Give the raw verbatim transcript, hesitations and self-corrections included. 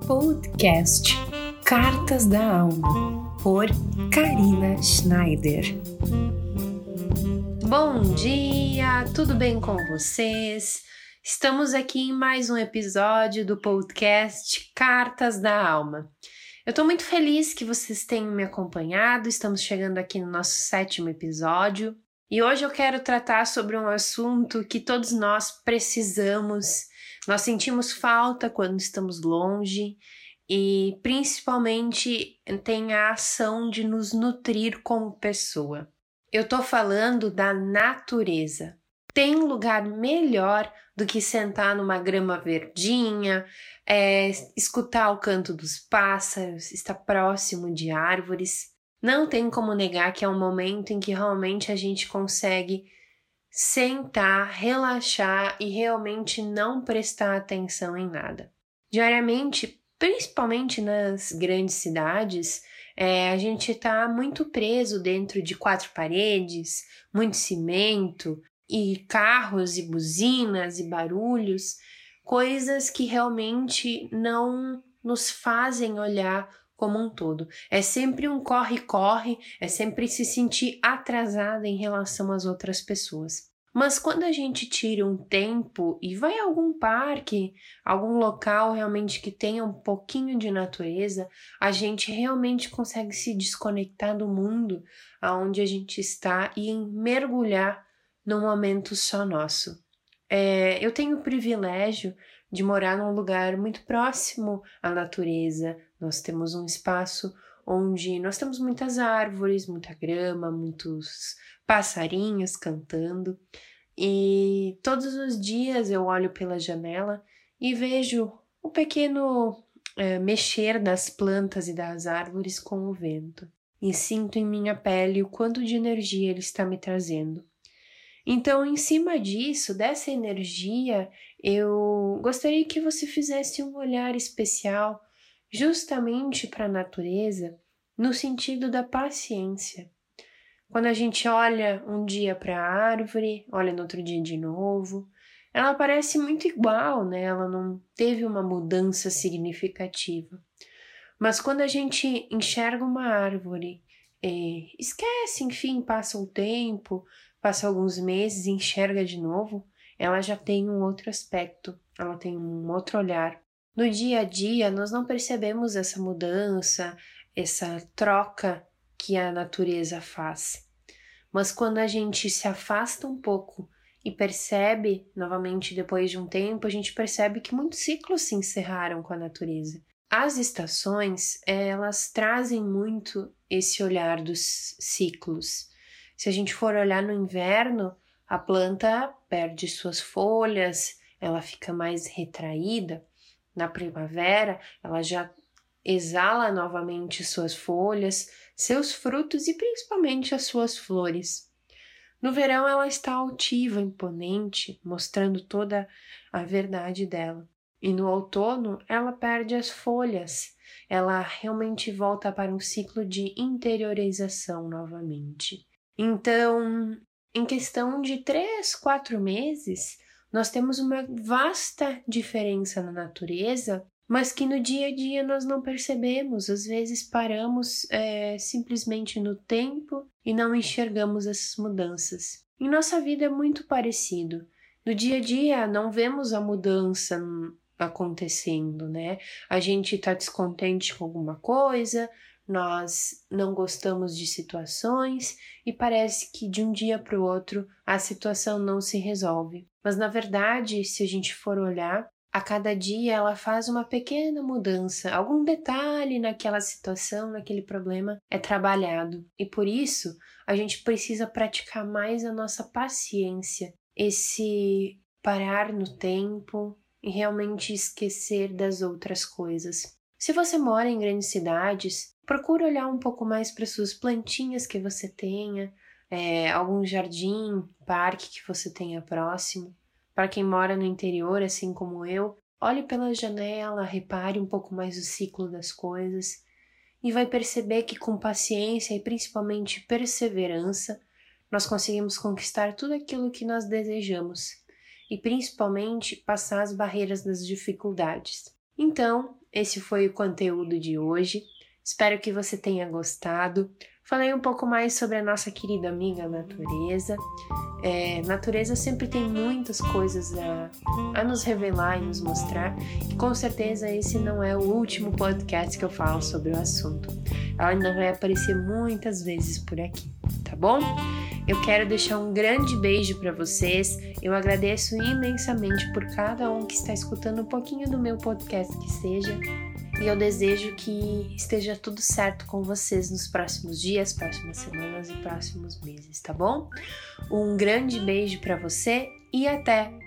Podcast Cartas da Alma, por Karina Schneider. Bom dia, tudo bem com vocês? Estamos aqui em mais um episódio do podcast Cartas da Alma. Eu estou muito feliz que vocês tenham me acompanhado, estamos chegando aqui no nosso sétimo episódio e hoje eu quero tratar sobre um assunto que todos nós precisamos. Nós sentimos falta quando estamos longe e principalmente tem a ação de nos nutrir como pessoa. Eu estou falando da natureza. Tem lugar melhor do que sentar numa grama verdinha, é, escutar o canto dos pássaros, estar próximo de árvores. Não tem como negar que é um momento em que realmente a gente consegue sentar, relaxar e realmente não prestar atenção em nada. Diariamente, principalmente nas grandes cidades, é, a gente está muito preso dentro de quatro paredes, muito cimento e carros e buzinas e barulhos, coisas que realmente não nos fazem olhar como um todo. É sempre um corre-corre, é sempre se sentir atrasada em relação às outras pessoas. Mas quando a gente tira um tempo e vai a algum parque, algum local realmente que tenha um pouquinho de natureza, a gente realmente consegue se desconectar do mundo aonde a gente está e mergulhar num momento só nosso. É, eu tenho o privilégio de morar num lugar muito próximo à natureza. Nós temos um espaço onde nós temos muitas árvores, muita grama, muitos passarinhos cantando. E todos os dias eu olho pela janela e vejo o pequeno é, mexer das plantas e das árvores com o vento. E sinto em minha pele o quanto de energia ele está me trazendo. Então, em cima disso, dessa energia, eu gostaria que você fizesse um olhar especial justamente para a natureza, no sentido da paciência. Quando a gente olha um dia para a árvore, olha no outro dia de novo, ela parece muito igual, né? Ela não teve uma mudança significativa. Mas quando a gente enxerga uma árvore, é, esquece, enfim, passa o tempo, passa alguns meses e enxerga de novo, ela já tem um outro aspecto, ela tem um outro olhar. No dia a dia, nós não percebemos essa mudança, essa troca que a natureza faz. Mas quando a gente se afasta um pouco e percebe, novamente depois de um tempo, a gente percebe que muitos ciclos se encerraram com a natureza. As estações, elas trazem muito esse olhar dos ciclos. Se a gente for olhar no inverno, a planta perde suas folhas, ela fica mais retraída. Na primavera, ela já exala novamente suas folhas, seus frutos e principalmente as suas flores. No verão, ela está altiva, imponente, mostrando toda a verdade dela. E no outono, ela perde as folhas, ela realmente volta para um ciclo de interiorização novamente. Então, em questão de três, quatro meses, nós temos uma vasta diferença na natureza, mas que no dia a dia nós não percebemos. Às vezes paramos é, simplesmente no tempo e não enxergamos essas mudanças. Em nossa vida é muito parecido. No dia a dia não vemos a mudança acontecendo, né? A gente está descontente com alguma coisa, nós não gostamos de situações e parece que de um dia para o outro a situação não se resolve. Mas na verdade, se a gente for olhar, a cada dia ela faz uma pequena mudança, algum detalhe naquela situação, naquele problema é trabalhado. E por isso a gente precisa praticar mais a nossa paciência, esse parar no tempo e realmente esquecer das outras coisas. Se você mora em grandes cidades, procure olhar um pouco mais para suas plantinhas que você tenha, é, algum jardim, parque que você tenha próximo. Para quem mora no interior, assim como eu, olhe pela janela, repare um pouco mais o ciclo das coisas e vai perceber que com paciência e principalmente perseverança, nós conseguimos conquistar tudo aquilo que nós desejamos e principalmente passar as barreiras das dificuldades. Então, esse foi o conteúdo de hoje. Espero que você tenha gostado. Falei um pouco mais sobre a nossa querida amiga natureza. É, natureza sempre tem muitas coisas a, a nos revelar e nos mostrar. E com certeza esse não é o último podcast que eu falo sobre o assunto. Ela ainda vai aparecer muitas vezes por aqui, tá bom? Eu quero deixar um grande beijo para vocês. Eu agradeço imensamente por cada um que está escutando um pouquinho do meu podcast que seja. E eu desejo que esteja tudo certo com vocês nos próximos dias, próximas semanas e próximos meses, tá bom? Um grande beijo para você e até!